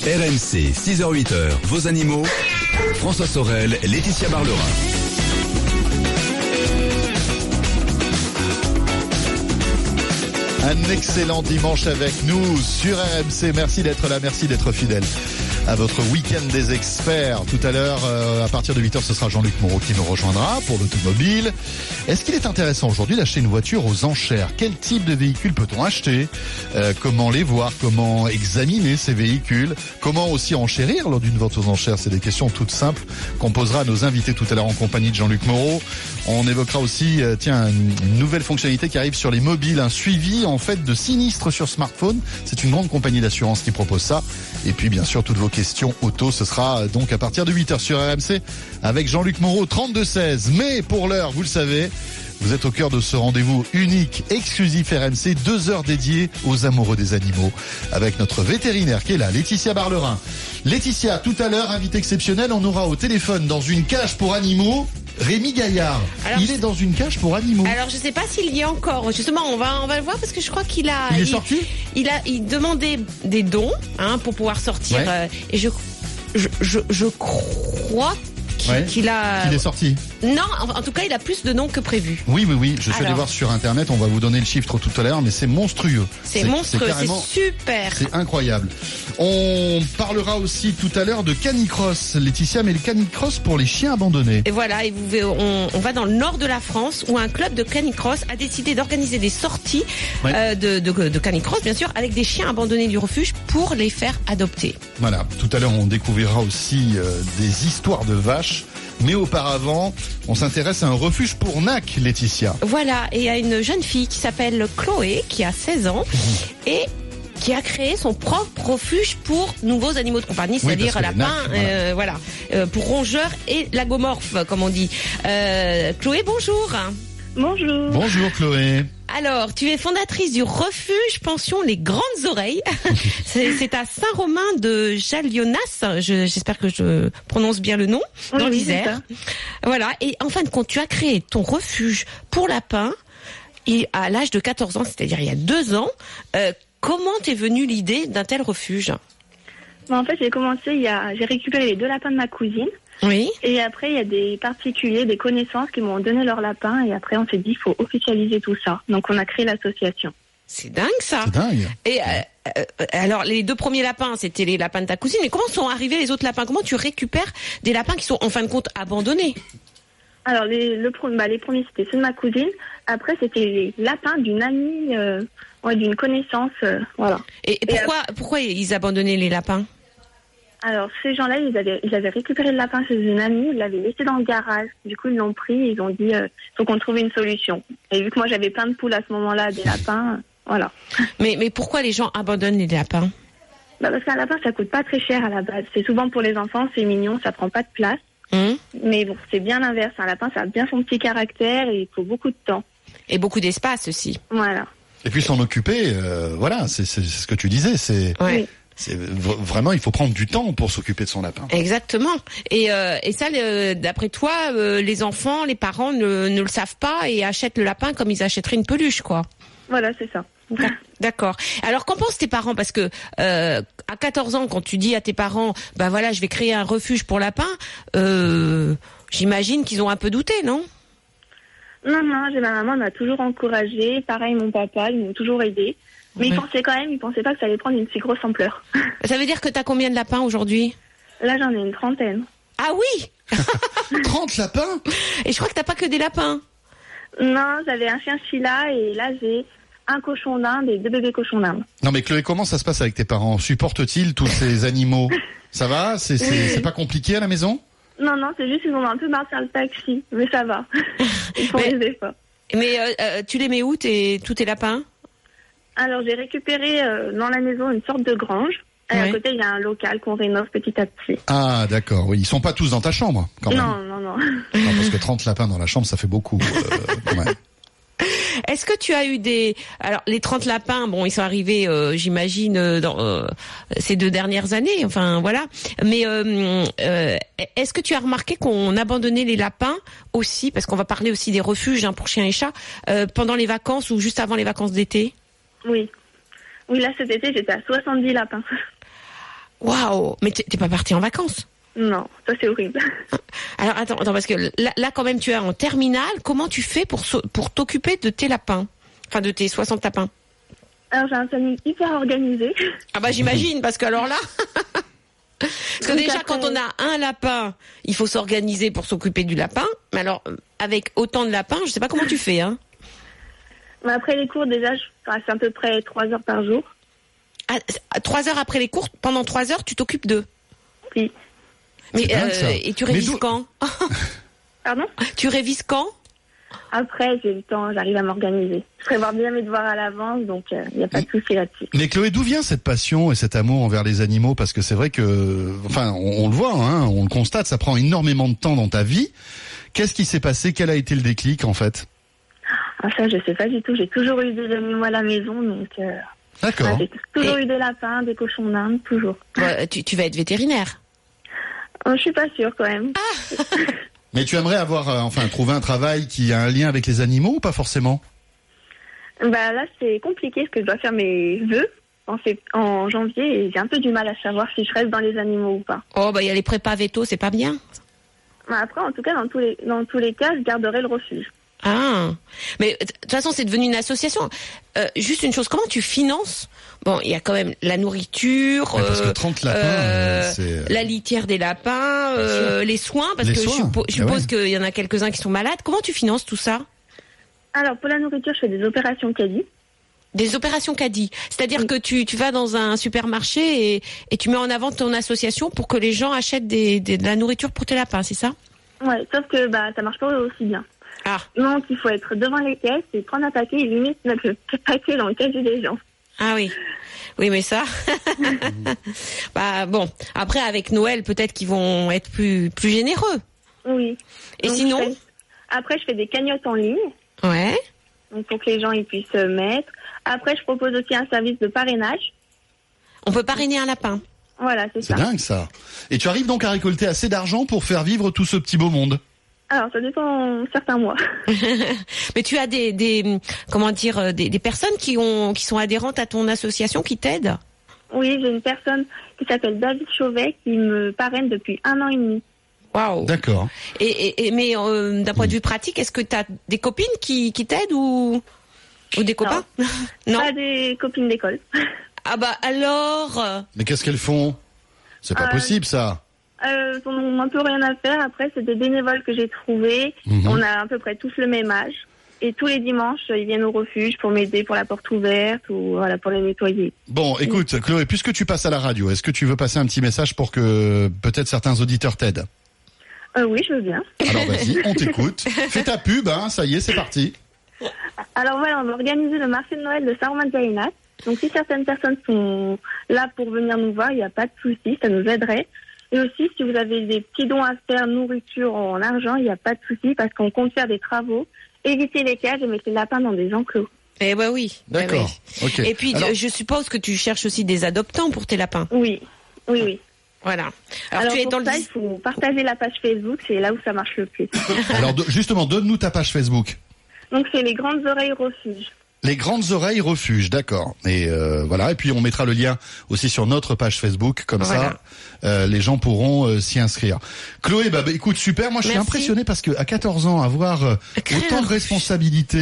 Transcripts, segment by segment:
RMC, 6h-8h, vos animaux. François Sorel, Laetitia Barlerin. Un excellent dimanche avec nous sur RMC. Merci d'être là, merci d'être fidèle à votre week-end des experts. Tout à l'heure, à partir de 8h, ce sera Jean-Luc Moreau qui nous rejoindra pour l'automobile. Est-ce qu'il est intéressant aujourd'hui d'acheter une voiture aux enchères? Quel type de véhicule peut-on acheter? Comment les voir? Comment examiner ces véhicules? Comment aussi enchérir lors d'une vente aux enchères? C'est des questions toutes simples qu'on posera à nos invités tout à l'heure en compagnie de Jean-Luc Moreau. On évoquera aussi une nouvelle fonctionnalité qui arrive sur les mobiles, un suivi en fait de sinistres sur smartphone. C'est une grande compagnie d'assurance qui propose ça. Et puis bien sûr toutes vos questions auto, ce sera donc à partir de 8h sur RMC avec Jean-Luc Moreau, 32-16. Mais pour l'heure, vous le savez, vous êtes au cœur de ce rendez-vous unique, exclusif RMC, 2 heures dédiées aux amoureux des animaux, avec notre vétérinaire qui est là, Laetitia Barlerin. Laetitia, tout à l'heure, invité exceptionnel, on aura au téléphone dans une cage pour animaux, Rémi Gaillard. Alors, il est dans une cage pour animaux. Alors je sais pas s'il y est encore. Justement, on va le voir parce que je crois qu'il a. Il est sorti. Il demandait des dons pour pouvoir sortir. Ouais. Et je crois qu'il a. Qu'il est sorti. Non, en tout cas, il a plus de dons que prévu. Oui. Je suis allé voir sur Internet. On va vous donner le chiffre tout à l'heure, mais c'est monstrueux. C'est monstrueux, c'est super. C'est incroyable. On parlera aussi tout à l'heure de canicross, Laetitia, mais le canicross pour les chiens abandonnés. Et voilà, on va dans le nord de la France où un club de canicross a décidé d'organiser des sorties de canicross, bien sûr, avec des chiens abandonnés du refuge pour les faire adopter. Voilà, tout à l'heure on découvrira aussi des histoires de vaches. Mais auparavant, on s'intéresse à un refuge pour NAC, Laetitia. Voilà, et il y a une jeune fille qui s'appelle Chloé, qui a 16 ans, et qui a créé son propre refuge pour nouveaux animaux de compagnie, c'est-à-dire lapins, pour rongeurs et lagomorphes, comme on dit. Chloé, bonjour. Bonjour. Bonjour Chloé. Alors, tu es fondatrice du refuge pension Les Grandes Oreilles. C'est à Saint-Romain de Jalionas. J'espère que je prononce bien le nom, dans l'Isère. Voilà. Et en fin de compte, tu as créé ton refuge pour lapins à l'âge de 14 ans, c'est-à-dire il y a 2 ans. Comment t'es venue l'idée d'un tel refuge? En fait, j'ai récupéré les 2 lapins de ma cousine. Oui. Et après, il y a des particuliers, des connaissances qui m'ont donné leurs lapins. Et après, on s'est dit, il faut officialiser tout ça. Donc, on a créé l'association. C'est dingue, ça. C'est dingue. Et alors, les 2 premiers lapins, c'était les lapins de ta cousine. Mais comment sont arrivés les autres lapins? Comment tu récupères des lapins qui sont, en fin de compte, abandonnés? Alors, les premiers, c'était ceux de ma cousine. Après, c'était les lapins d'une amie, d'une connaissance, voilà. Et pourquoi ils abandonnaient les lapins? Alors, ces gens-là, ils avaient récupéré le lapin chez une amie, ils l'avaient laissé dans le garage. Du coup, ils l'ont pris et ils ont dit, faut qu'on trouve une solution. Et vu que moi, j'avais plein de poules à ce moment-là, des lapins, voilà. Mais pourquoi les gens abandonnent les lapins? Parce qu'un lapin, ça coûte pas très cher à la base. C'est souvent pour les enfants, c'est mignon, ça prend pas de place. Mais bon, c'est bien l'inverse. Un lapin, ça a bien son petit caractère et il faut beaucoup de temps. Et beaucoup d'espace aussi. Voilà. Et puis s'en occuper, c'est ce que tu disais, Oui. C'est vraiment, il faut prendre du temps pour s'occuper de son lapin. Exactement. Et ça, d'après toi, les enfants, les parents ne le savent pas et achètent le lapin comme ils achèteraient une peluche, quoi. Voilà, c'est ça. D'accord. Alors, qu'en pensent tes parents? Parce que à 14 ans, quand tu dis à tes parents, je vais créer un refuge pour lapins, j'imagine qu'ils ont un peu douté, non? Non, ma maman m'a toujours encouragée. Pareil, mon papa, ils m'ont toujours aidée. Mais ils pensaient pas que ça allait prendre une si grosse ampleur. Ça veut dire que t'as combien de lapins aujourd'hui? Là, j'en ai une 30aine. Ah oui. 30 lapins? Et je crois que t'as pas que des lapins. Non, j'avais un chien Sheila et là, j'ai un cochon d'Inde et 2 bébés cochons d'Inde. Non mais Chloé, comment ça se passe avec tes parents? Supportent-ils tous ces animaux? Ça va? C'est pas compliqué à la maison? Non, c'est juste qu'ils ont un peu marre de faire le taxi. Mais ça va. Ils font les efforts. Mais tu les mets où, tous tes lapins? Alors, j'ai récupéré dans la maison une sorte de grange. Et à côté, il y a un local qu'on rénove petit à petit. Ah, d'accord, oui. Ils sont pas tous dans ta chambre, quand même. Non. Non, parce que 30 lapins dans la chambre, ça fait beaucoup, quand même. Est-ce que tu as eu alors, les 30 lapins, bon, ils sont arrivés, j'imagine, dans ces 2 dernières années, enfin, voilà. Mais est-ce que tu as remarqué qu'on abandonnait les lapins aussi, parce qu'on va parler aussi des refuges pour chiens et chats, pendant les vacances ou juste avant les vacances d'été? Oui. Oui, là, cet été, j'étais à 70 lapins. Waouh! Mais t'es pas parti en vacances? Non, ça c'est horrible. Alors attends, parce que là quand même tu es en terminale. Comment tu fais pour t'occuper de tes lapins? Enfin, de tes 60 lapins. Alors j'ai un planning hyper organisé. Ah bah j'imagine, parce que alors là... Parce que Donc déjà après... quand on a un lapin, il faut s'organiser pour s'occuper du lapin. Mais alors, avec autant de lapins, je sais pas comment tu fais, hein. Mais après les cours, déjà, c'est à peu près 3 heures par jour. À 3 heures après les cours, pendant 3 heures, tu t'occupes d'eux? Oui. Mais dingue, ça. et tu révises quand? Pardon? Tu révises quand? Après, j'ai le temps, j'arrive à m'organiser. Je prévois bien mes devoirs à l'avance, donc il n'y a pas de souci là-dessus. Mais Chloé, d'où vient cette passion et cet amour envers les animaux? Parce que c'est vrai que, enfin, on le voit, hein, on le constate, ça prend énormément de temps dans ta vie. Qu'est-ce qui s'est passé? Quel a été le déclic, en fait? Ah, ça, je sais pas du tout. J'ai toujours eu des animaux à la maison, donc... D'accord. J'ai toujours eu des lapins, des cochons d'Inde, toujours. Ouais, tu vas être vétérinaire. Je suis pas sûre, quand même. Mais tu aimerais avoir, trouver un travail qui a un lien avec les animaux ou pas forcément? Bah là, c'est compliqué parce que je dois faire mes vœux en janvier et j'ai un peu du mal à savoir si je reste dans les animaux ou pas. Oh bah il y a les prépas veto, c'est pas bien. Bah, après, en tout cas, dans tous les cas, je garderai le refuge. Ah, mais de toute façon c'est devenu une association. Juste une chose, comment tu finances? Bon, il y a quand même la nourriture, Ouais, parce que 30 lapins, c'est... la litière des lapins, les soins, parce Les que soins. je suppose qu'il y en a quelques-uns qui sont malades. Comment tu finances tout ça? Alors, pour la nourriture, je fais des opérations caddie. Des opérations caddie, c'est-à-dire que tu vas dans un supermarché et tu mets en avant ton association pour que les gens achètent de la nourriture pour tes lapins, c'est ça? Ouais, sauf que ça marche pas aussi bien. Ah. Donc, il faut être devant les caisses et prendre un paquet et limite mettre le paquet dans le casier des gens. Ah oui. Oui, mais ça... bah bon, après avec Noël, peut-être qu'ils vont être plus généreux. Oui. Et Donc, sinon? Après, je fais des cagnottes en ligne. Ouais. Donc, pour que les gens ils puissent mettre. Après, je propose aussi un service de parrainage. On peut parrainer un lapin. Voilà, c'est C'est ça. dingue, ça. Et tu arrives donc à récolter assez d'argent pour faire vivre tout ce petit beau monde? Alors, ça dépend certains mois. Mais tu as des personnes qui sont adhérentes à ton association qui t'aident? Oui, j'ai une personne qui s'appelle David Chauvet qui me parraine depuis 1 an et demi. Waouh. D'accord. Mais d'un point de vue pratique, est-ce que tu as des copines qui t'aident ou des copains? Non. Pas des copines d'école. Ah bah alors. Mais qu'est-ce qu'elles font? C'est pas possible, ça. Ils n'ont un peu rien à faire. Après, c'est des bénévoles que j'ai trouvés. On a à peu près tous le même âge. Et tous les dimanches, ils viennent au refuge pour m'aider pour la porte ouverte ou voilà, pour les nettoyer. Bon, écoute, Chloé, puisque tu passes à la radio, est-ce que tu veux passer un petit message pour que peut-être certains auditeurs t'aident? Oui, je veux bien. Alors vas-y, on t'écoute. Fais ta pub, hein, ça y est, c'est parti. Alors voilà, on va organiser le marché de Noël de Saint-Romain-de-Gaïnac. Donc si certaines personnes sont là pour venir nous voir, il n'y a pas de souci, ça nous aiderait. Et aussi, si vous avez des petits dons à faire, nourriture en argent, il n'y a pas de souci parce qu'on compte faire des travaux, éviter les cages et mettre les lapins dans des enclos. Eh ben oui. D'accord. Eh oui. Ok. Et puis, alors, je suppose que tu cherches aussi des adoptants pour tes lapins. Oui. Voilà. Alors tu es pour dans ça, il faut partager la page Facebook, c'est là où ça marche le plus. alors justement, donne-nous ta page Facebook. Donc c'est les Grandes Oreilles Refuge. Les Grandes Oreilles Refuge, d'accord. Et voilà. Et puis on mettra le lien aussi sur notre page Facebook, comme Voilà. ça, les gens pourront s'y inscrire. Chloé, bah écoute, super. Moi, je suis Merci. impressionné parce que à 14 ans, avoir autant de responsabilités,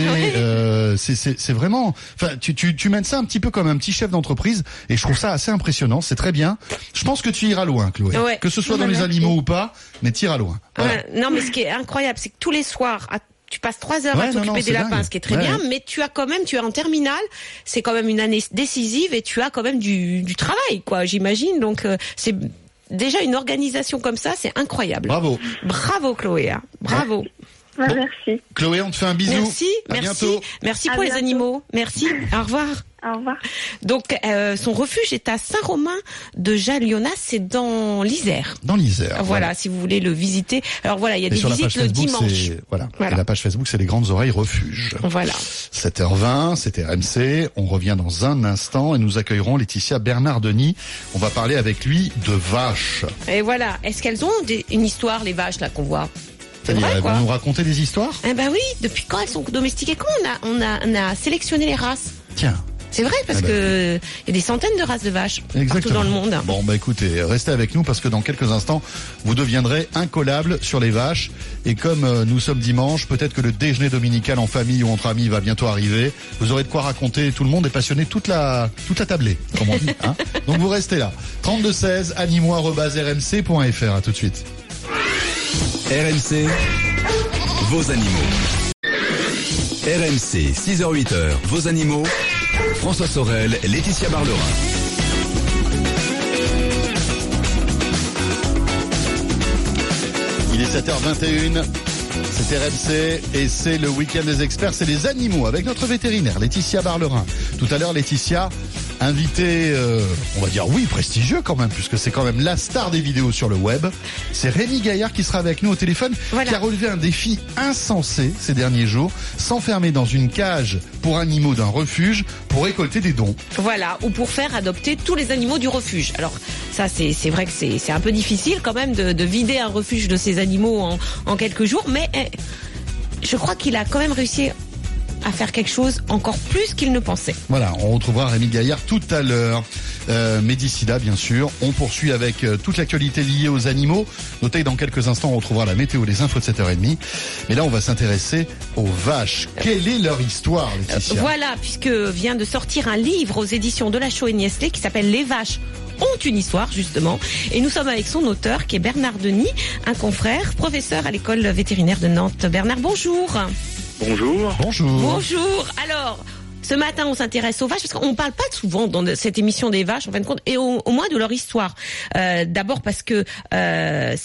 c'est vraiment. Enfin, tu mènes ça un petit peu comme un petit chef d'entreprise, et je trouve ça assez impressionnant. C'est très bien. Je pense que tu iras loin, Chloé. Ouais. Que ce soit dans les animaux ou pas, mais tu iras loin. Voilà. Non, mais ce qui est incroyable, c'est que tous les soirs, tu passes 3 heures à Ouais, non, t'occuper c'est des lapins, dingue. ce qui est très Ouais. bien, mais tu es en terminale, c'est quand même une année décisive et tu as quand même du travail, quoi, j'imagine. Donc, c'est déjà une organisation comme ça, c'est incroyable. Bravo. Bravo, Chloé. Hein. Bravo. Ouais, Bon. merci. Chloé, on te fait un bisou. Merci, À merci. bientôt. Merci À pour les bientôt. animaux. Merci. Au revoir. Au revoir. Donc, son refuge est à Saint-Romain de Jalionas, c'est dans l'Isère. Dans l'Isère. Voilà, si vous voulez le visiter. Alors voilà, il y a Et des sur la visites page le Facebook, dimanche. c'est voilà. Voilà. Et la page Facebook, c'est les Grandes Oreilles Refuge. Voilà. 7h20, c'était RMC. On revient dans un instant et nous accueillerons Laetitia Bernardoni. On va parler avec lui de vaches. Et voilà. Est-ce qu'elles ont une histoire, les vaches, là, qu'on voit? C'est C'est-à-dire, vrai, elles quoi. vont nous raconter des histoires? Eh ben oui, depuis quand elles sont domestiquées? Comment on a sélectionné les races? Tiens. C'est vrai, parce que il y a des centaines de races de vaches partout dans le monde. Bon, écoutez, restez avec nous parce que dans quelques instants, vous deviendrez incollables sur les vaches. Et comme nous sommes dimanche, peut-être que le déjeuner dominical en famille ou entre amis va bientôt arriver. Vous aurez de quoi raconter. Tout le monde est passionné, toute la tablée, comme on dit. Hein. Donc vous restez là. 3216 animaux@rmc.fr. À tout de suite. RMC, vos animaux. RMC, 6h-8h, vos animaux. François Sorel, Laetitia Barlerin. Il est 7h21. C'est RMC et c'est le week-end des experts, c'est les animaux avec notre vétérinaire Laetitia Barlerin. Tout à l'heure, Laetitia, invitée, on va dire prestigieux quand même, puisque c'est quand même la star des vidéos sur le web. C'est Rémi Gaillard qui sera avec nous au téléphone, qui a relevé un défi insensé ces derniers jours, s'enfermer dans une cage pour animaux d'un refuge pour récolter des dons. Voilà, ou pour faire adopter tous les animaux du refuge. Alors ça, c'est vrai que c'est un peu difficile quand même de vider un refuge de ces animaux en quelques jours, mais je crois qu'il a quand même réussi à faire quelque chose encore plus qu'il ne pensait. Voilà, on retrouvera Rémi Gaillard tout à l'heure. Mais d'ici là, bien sûr, on poursuit avec toute l'actualité liée aux animaux. Notez que dans quelques instants, on retrouvera la météo, les infos de 7h30. Mais là, on va s'intéresser aux vaches. Quelle est leur histoire, Laetitia ? Voilà, puisque vient de sortir un livre aux éditions de la Chaux et Niestlé qui s'appelle Les vaches ont une histoire, justement. Et nous sommes avec son auteur, qui est Bernard Denis, un confrère, professeur à l'école vétérinaire de Nantes. Bernard, bonjour. Bonjour. Bonjour. Alors, ce matin, on s'intéresse aux vaches parce qu'on parle pas souvent dans cette émission des vaches, en fin de compte, et au moins de leur histoire. D'abord parce que la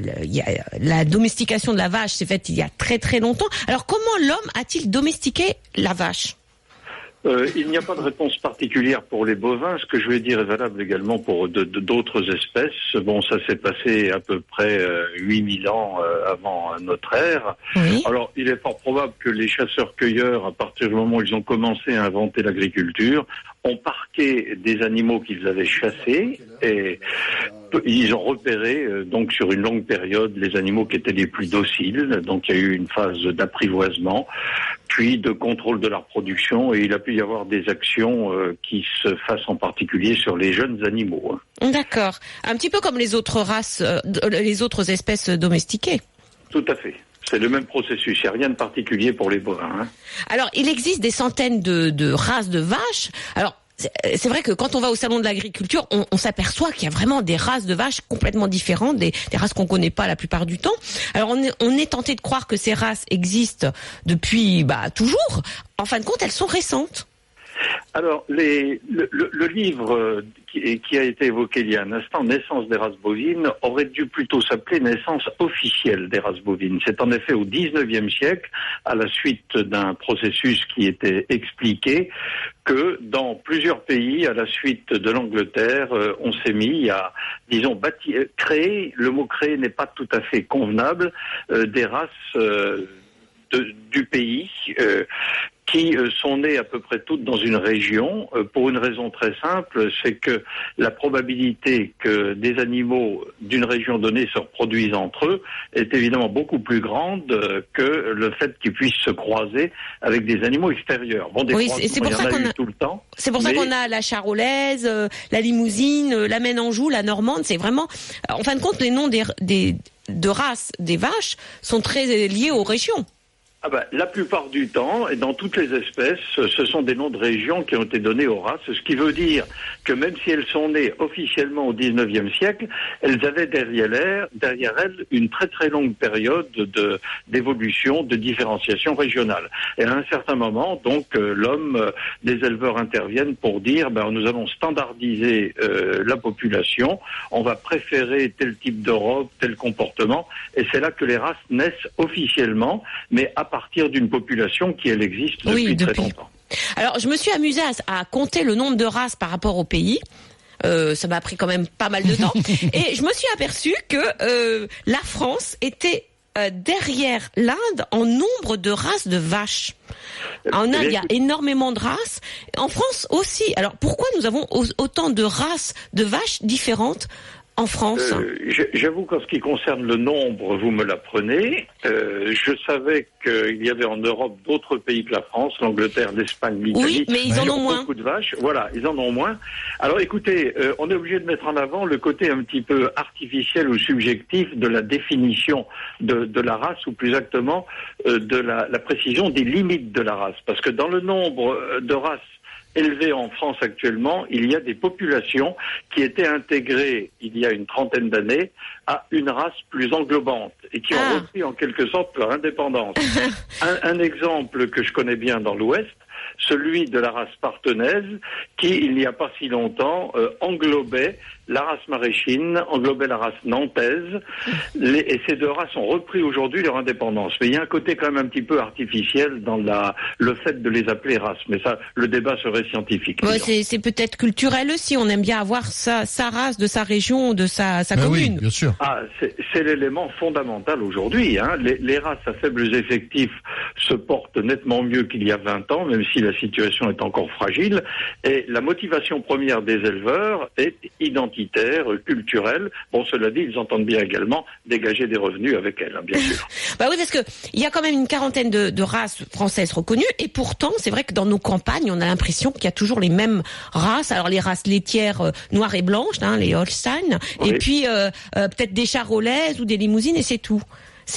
domestication de la vache s'est faite il y a très très longtemps. Alors, comment l'homme a-t-il domestiqué la vache ? Il n'y a pas de réponse particulière pour les bovins. Ce que je vais dire est valable également pour d'autres espèces. Bon, ça s'est passé à peu près 8000 ans avant notre ère. Oui. Alors, il est fort probable que les chasseurs-cueilleurs, à partir du moment où ils ont commencé à inventer l'agriculture, ont parqué des animaux qu'ils avaient chassés et ils ont repéré donc sur une longue période les animaux qui étaient les plus dociles. Donc il y a eu une phase d'apprivoisement, puis de contrôle de leur production, et il a pu y avoir des actions qui se fassent en particulier sur les jeunes animaux. D'accord. Un petit peu comme les autres races, les autres espèces domestiquées. Tout à fait. C'est le même processus, il n'y a rien de particulier pour les bovins. Hein. Alors, il existe des centaines de races de vaches. Alors, c'est vrai que quand on va au salon de l'agriculture, on s'aperçoit qu'il y a vraiment des races de vaches complètement différentes, des races qu'on connaît pas la plupart du temps. Alors, on est tenté de croire que ces races existent depuis toujours. En fin de compte, elles sont récentes. Alors, le livre qui a été évoqué il y a un instant, Naissance des races bovines, aurait dû plutôt s'appeler Naissance officielle des races bovines. C'est en effet au XIXe siècle, à la suite d'un processus qui était expliqué, que dans plusieurs pays, à la suite de l'Angleterre, on s'est mis à, disons, créer, le mot créer n'est pas tout à fait convenable, des races du pays, qui sont nées à peu près toutes dans une région, pour une raison très simple, c'est que la probabilité que des animaux d'une région donnée se reproduisent entre eux est évidemment beaucoup plus grande que le fait qu'ils puissent se croiser avec des animaux extérieurs. Bon, oui, c'est pour ça qu'on a tout le temps. C'est pour ça qu'on a la charolaise, la limousine, la Maine-Anjou, la normande. C'est vraiment, en fin de compte, les noms de races des vaches sont très liés aux régions. La plupart du temps, et dans toutes les espèces, ce sont des noms de régions qui ont été donnés aux races, ce qui veut dire que même si elles sont nées officiellement au XIXe siècle, elles avaient derrière elles une très très longue période d'évolution, de différenciation régionale. Et à un certain moment, donc, l'homme, des éleveurs interviennent pour dire, nous allons standardiser la population, on va préférer tel type de robe, tel comportement, et c'est là que les races naissent officiellement, mais à partir d'une population qui, elle, existe depuis très longtemps. Alors, je me suis amusée à compter le nombre de races par rapport au pays. Ça m'a pris quand même pas mal de temps. Et je me suis aperçue que la France était derrière l'Inde en nombre de races de vaches. En Inde, il y a énormément de races. En France aussi. Alors, pourquoi nous avons autant de races de vaches différentes en France? J'avoue qu'en ce qui concerne le nombre, vous me l'apprenez. Je savais qu'il y avait en Europe d'autres pays que la France, l'Angleterre, l'Espagne, l'Italie. Oui, mais ils en ont moins. Beaucoup de vaches. Voilà, ils en ont moins. Alors écoutez, on est obligé de mettre en avant le côté un petit peu artificiel ou subjectif de la définition de la race, ou plus exactement de la précision des limites de la race. Parce que dans le nombre de races élevées en France actuellement, il y a des populations qui étaient intégrées il y a une trentaine d'années à une race plus englobante et qui ont repris en quelque sorte leur indépendance. Un exemple que je connais bien dans l'Ouest, celui de la race partenaise, qui, il n'y a pas si longtemps, englobait la race maréchine, englobait la race nantaise, et ces deux races ont repris aujourd'hui leur indépendance. Mais il y a un côté quand même un petit peu artificiel dans le fait de les appeler races. Mais ça, le débat serait scientifique. Ouais, c'est peut-être culturel aussi. On aime bien avoir sa race de sa région, de sa commune. Oui, bien sûr. C'est l'élément fondamental aujourd'hui. Hein. Les races à faibles effectifs se portent nettement mieux qu'il y a 20 ans, même si la situation est encore fragile. Et la motivation première des éleveurs est identitaire, culturelle. Bon, cela dit, ils entendent bien également dégager des revenus avec elle, hein, bien sûr. Bah oui, parce que il y a quand même une quarantaine de races françaises reconnues, et pourtant, c'est vrai que dans nos campagnes, on a l'impression qu'il y a toujours les mêmes races. Alors les races laitières noires et blanches, hein, les Holstein, oui. Et puis peut-être des charolaises ou des limousines, et c'est tout.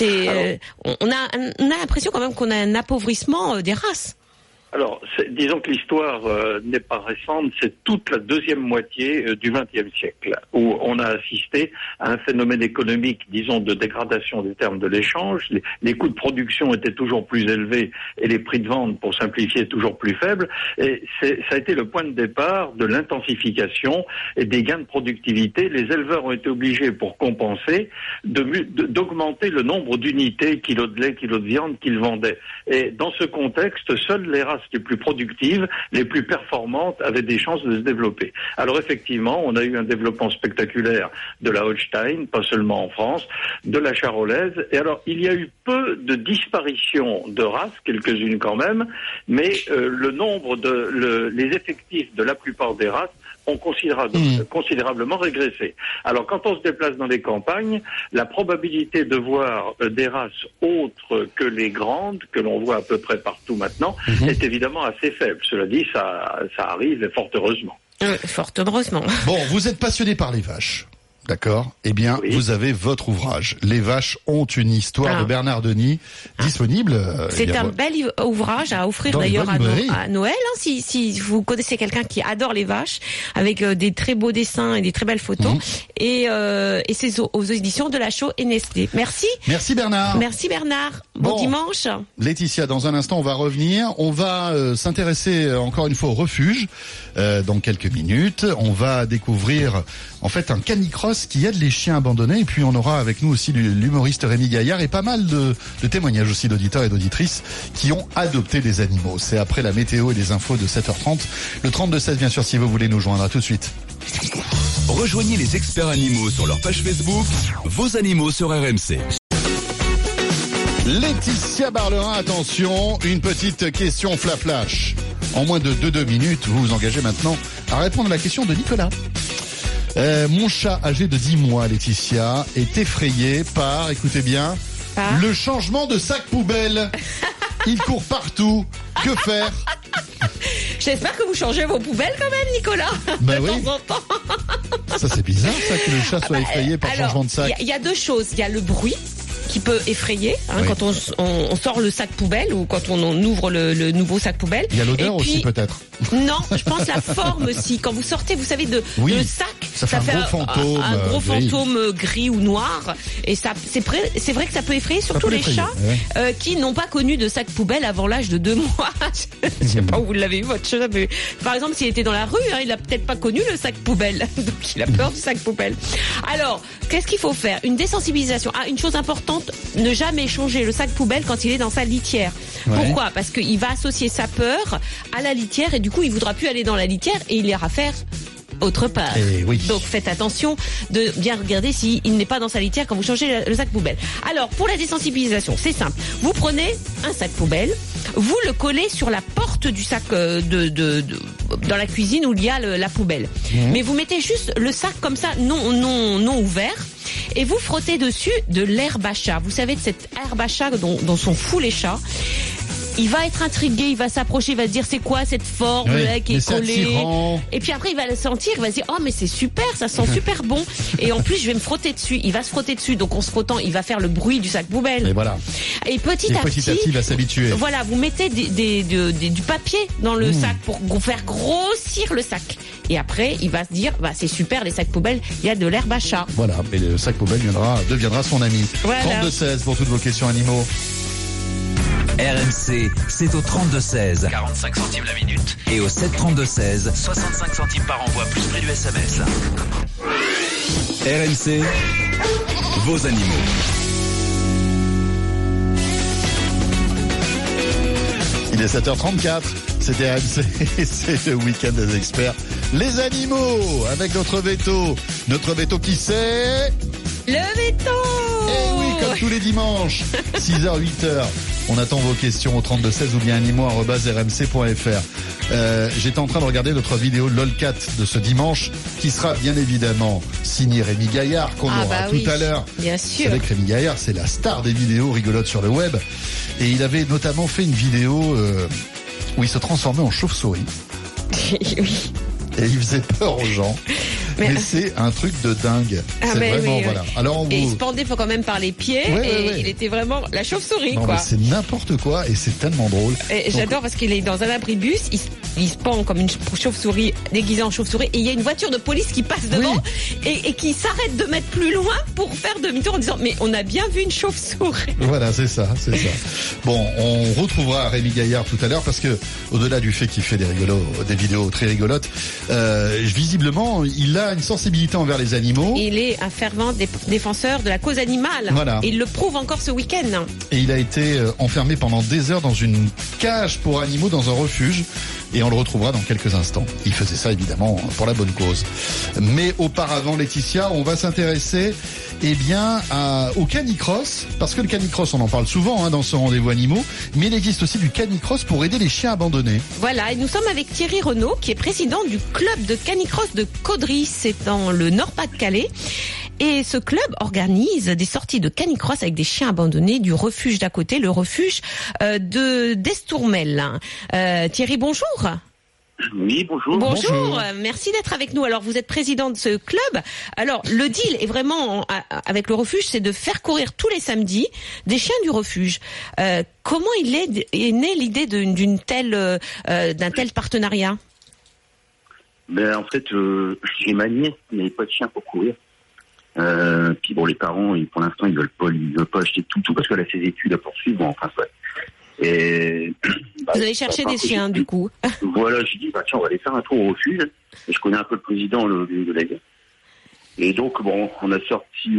On a l'impression quand même qu'on a un appauvrissement des races. Alors, disons que l'histoire n'est pas récente, c'est toute la deuxième moitié du XXe siècle, où on a assisté à un phénomène économique, disons, de dégradation des termes de l'échange. Les coûts de production étaient toujours plus élevés et les prix de vente, pour simplifier, toujours plus faibles. Et ça a été le point de départ de l'intensification et des gains de productivité. Les éleveurs ont été obligés, pour compenser, d'augmenter le nombre d'unités, kilos de lait, kilos de viande qu'ils vendaient. Et dans ce contexte, seules les races les plus productives, les plus performantes avaient des chances de se développer. Alors effectivement, on a eu un développement spectaculaire de la Holstein, pas seulement en France, de la charolaise. Et alors, il y a eu peu de disparitions de races, quelques-unes quand même, mais le nombre les effectifs de la plupart des races ont considérablement régressé. Alors, quand on se déplace dans les campagnes, la probabilité de voir des races autres que les grandes, que l'on voit à peu près partout maintenant, est évidemment assez faible. Cela dit, ça arrive, et fort heureusement. Fort heureusement. Bon, vous êtes passionné par les vaches. D'accord. Eh bien, oui. Vous avez votre ouvrage. Les vaches ont une histoire de Bernard Denis disponible. C'est un bel ouvrage à offrir d'ailleurs à Noël. Hein, si vous connaissez quelqu'un qui adore les vaches, avec des très beaux dessins et des très belles photos. Et c'est aux éditions de la Chaux et Nestlé. Merci. Merci Bernard. Merci Bernard. Bon dimanche. Laetitia, dans un instant, on va revenir. On va s'intéresser encore une fois au refuge. Dans quelques minutes, on va découvrir en fait un canicross qui aide les chiens abandonnés, et puis on aura avec nous aussi l'humoriste Rémi Gaillard et pas mal de témoignages aussi d'auditeurs et d'auditrices qui ont adopté des animaux. C'est après la météo et les infos de 7h30. Le 32-16 bien sûr si vous voulez nous joindre. À tout de suite. Rejoignez les experts animaux sur leur page Facebook, vos animaux sur RMC. Laetitia Barlerin, attention, une petite question flash. En moins de 2 minutes, vous vous engagez maintenant à répondre à la question de Nicolas. Mon chat âgé de 10 mois, Laetitia, est effrayé par, écoutez bien, le changement de sac poubelle. Il court partout. Que faire? J'espère que vous changez vos poubelles quand même, Nicolas. Bah de oui. temps en temps. Ça, c'est bizarre, ça, que le chat soit effrayé par changement de sac. Il y a deux choses. Il y a le bruit qui peut effrayer quand on sort le sac poubelle ou quand on ouvre le nouveau sac poubelle. Il y a l'odeur aussi peut-être. Non, je pense la forme aussi. Quand vous sortez, vous savez, de sac, ça fait un gros fantôme gris ou noir. Et ça, c'est vrai que ça peut effrayer, surtout les chats qui n'ont pas connu de sac poubelle avant l'âge de 2 mois. Je sais pas où vous l'avez eu, votre chat. Mais par exemple, s'il était dans la rue, il a peut-être pas connu le sac poubelle. Donc il a peur du sac poubelle. Alors, qu'est-ce qu'il faut faire? Une désensibilisation. Une chose importante, ne jamais changer le sac poubelle quand il est dans sa litière. Pourquoi? Parce qu'il va associer sa peur à la litière et du coup il voudra plus aller dans la litière et il ira faire autre part. Et oui. Donc faites attention de bien regarder s'il n'est pas dans sa litière quand vous changez le sac poubelle. Alors pour la désensibilisation, c'est simple. Vous prenez un sac poubelle, vous le collez sur la porte du sac dans la cuisine où il y a la poubelle. Mais vous mettez juste le sac comme ça, non ouvert. Et vous frottez dessus de l'herbe à chat. Vous savez, de cette herbe à chat dont sont fous les chats. Il va être intrigué, il va s'approcher, il va se dire c'est quoi cette forme qui est collée. Et puis après il va le sentir, il va se dire oh mais c'est super, ça sent super bon. Et en plus je vais me frotter dessus. Il va se frotter dessus, donc en se frottant, il va faire le bruit du sac poubelle. Et voilà. Et petit à petit, il va s'habituer. Voilà, vous mettez du papier dans le sac pour faire grossir le sac. Et après il va se dire bah c'est super les sacs poubelles, il y a de l'herbe à chat. Voilà, et le sac poubelle deviendra son ami. Voilà. 32-16 pour toutes vos questions animaux. RMC, c'est au 32-16. 45 centimes la minute. Et au 7-32-16. 65 centimes par envoi, plus prix du SMS. RMC, vos animaux. Il est 7h34, c'était RMC, c'est le week-end des experts. Les animaux, avec notre veto. Notre veto qui c'est... Le veto. Eh oui, comme tous les dimanches, 6h, 8h. On attend vos questions au 32-16 ou bien animaux@rmc.fr. J'étais en train de regarder notre vidéo LOLcat de ce dimanche, qui sera bien évidemment signé Rémi Gaillard, qu'on aura tout à l'heure. Bien sûr. Vous savez que Rémi Gaillard, c'est la star des vidéos rigolotes sur le web. Et il avait notamment fait une vidéo où il se transformait en chauve-souris. Oui. Et il faisait peur aux gens. Mais c'est un truc de dingue. C'est vraiment, voilà. Alors et il se pendait quand même par les pieds il était vraiment la chauve-souris, quoi. C'est n'importe quoi et c'est tellement drôle. Et j'adore parce qu'il est dans un abribus, il se pend comme une chauve-souris, déguisé en chauve-souris, et il y a une voiture de police qui passe devant et qui s'arrête de mettre plus loin pour faire demi-tour en disant mais on a bien vu une chauve-souris. Voilà, c'est ça. Bon, on retrouvera Rémi Gaillard tout à l'heure parce que au-delà du fait qu'il fait des vidéos très rigolotes, visiblement il a une sensibilité envers les animaux. Il est un fervent défenseur de la cause animale. Voilà. Et il le prouve encore ce week-end. Et il a été enfermé pendant des heures dans une cage pour animaux dans un refuge. Et on le retrouvera dans quelques instants. Il faisait ça évidemment pour la bonne cause. Mais auparavant, Laetitia, on va s'intéresser au canicross. Parce que le canicross, on en parle souvent dans ce rendez-vous animaux. Mais il existe aussi du canicross pour aider les chiens abandonnés. Voilà, et nous sommes avec Thierry Renaud, qui est président du club de canicross de Caudry. C'est dans le Nord-Pas-de-Calais. Et ce club organise des sorties de canicross avec des chiens abandonnés du refuge d'à côté, le refuge d'Estourmel. Thierry, bonjour. Oui, bonjour. Bonjour, merci d'être avec nous. Alors, vous êtes président de ce club. Alors, le deal est vraiment, avec le refuge, c'est de faire courir tous les samedis des chiens du refuge. Comment est née l'idée d'un tel partenariat? En fait, j'ai ma nièce qui n'avait pas de chien pour courir. Puis bon, les parents, pour l'instant, ils veulent pas acheter tout parce qu'elle a ses études à poursuivre. Bon, enfin, ouais. Et vous allez chercher des chiens, du coup. Voilà, j'ai dit, tiens, on va aller faire un tour au refuge. Et je connais un peu le président de la guerre. Et donc, bon, on a sorti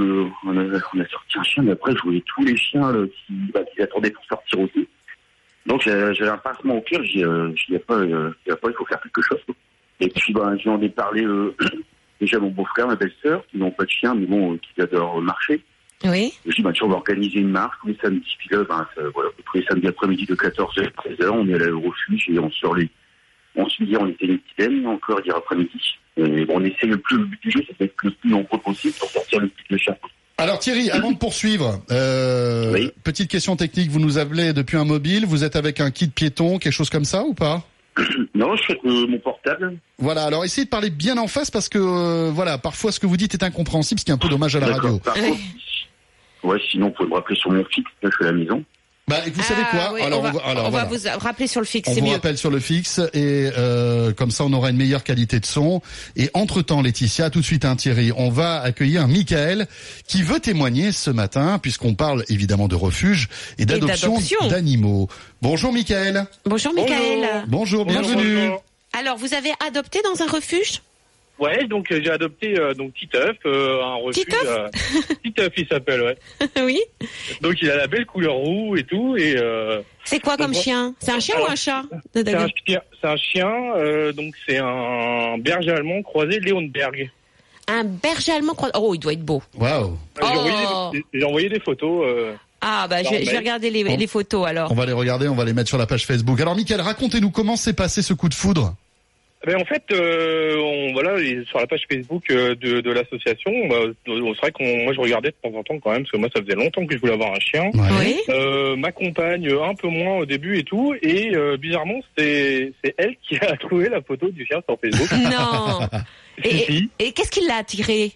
un chien, mais après, je voulais tous les chiens qui attendaient pour sortir aussi. Donc, j'avais un pincement au cœur. Il y a pas, il faut faire quelque chose. Et puis, j'en ai parlé déjà à mon beau-frère, ma belle-sœur, qui n'ont pas de chien, mais bon, qui adorent marcher. Oui. Je dis, on va organiser une marche tous les samedis. Puis là, tous les samedis après-midi de 14h à 13h, on est allé au refuge et on sort on se dit, on était les petits encore hier après-midi. Et bon, on essaie le but du jeu, c'est d'être le plus nombreux possible pour sortir le plus de chiens. Alors Thierry, avant de poursuivre, petite question technique, vous nous appelez depuis un mobile, vous êtes avec un kit piéton, quelque chose comme ça ou pas? Non, je fais mon portable. Voilà, alors essayez de parler bien en face parce que parfois ce que vous dites est incompréhensible, ce qui est un peu dommage à la radio. Par contre, sinon vous pouvez me rappeler sur mon fixe, là je suis à la maison. Vous savez quoi? Oui, on va vous rappeler sur le fixe, c'est mieux. On vous rappelle sur le fixe et comme ça on aura une meilleure qualité de son. Et entre-temps, Laetitia, tout de suite Thierry, on va accueillir Michael qui veut témoigner ce matin puisqu'on parle évidemment de refuge et d'adoption d'animaux. Bonjour Michael. Bonjour Michael. Bonjour, bienvenue. Alors, vous avez adopté dans un refuge? Ouais, donc j'ai adopté donc Titeuf, un refuge. Titeuf, il s'appelle, ouais. Oui. Donc il a la belle couleur roux et tout, et c'est quoi comme chien? C'est un chien ou un chat? C'est un chien, donc c'est un berger allemand croisé Leonberg. Un berger allemand croisé. Oh, il doit être beau. Waouh. J'ai envoyé des photos. Ah bah je vais regarder les photos alors. On va les regarder, on va les mettre sur la page Facebook. Alors Mickaël, racontez-nous comment s'est passé ce coup de foudre. Ben en fait, sur la page Facebook de l'association, c'est vrai moi je regardais de temps en temps quand même, parce que moi ça faisait longtemps que je voulais avoir un chien. Ouais. Oui. Ma compagne un peu moins au début et tout, et bizarrement c'est elle qui a trouvé la photo du chien sur Facebook. Non. Et qu'est-ce qui l'a attiré?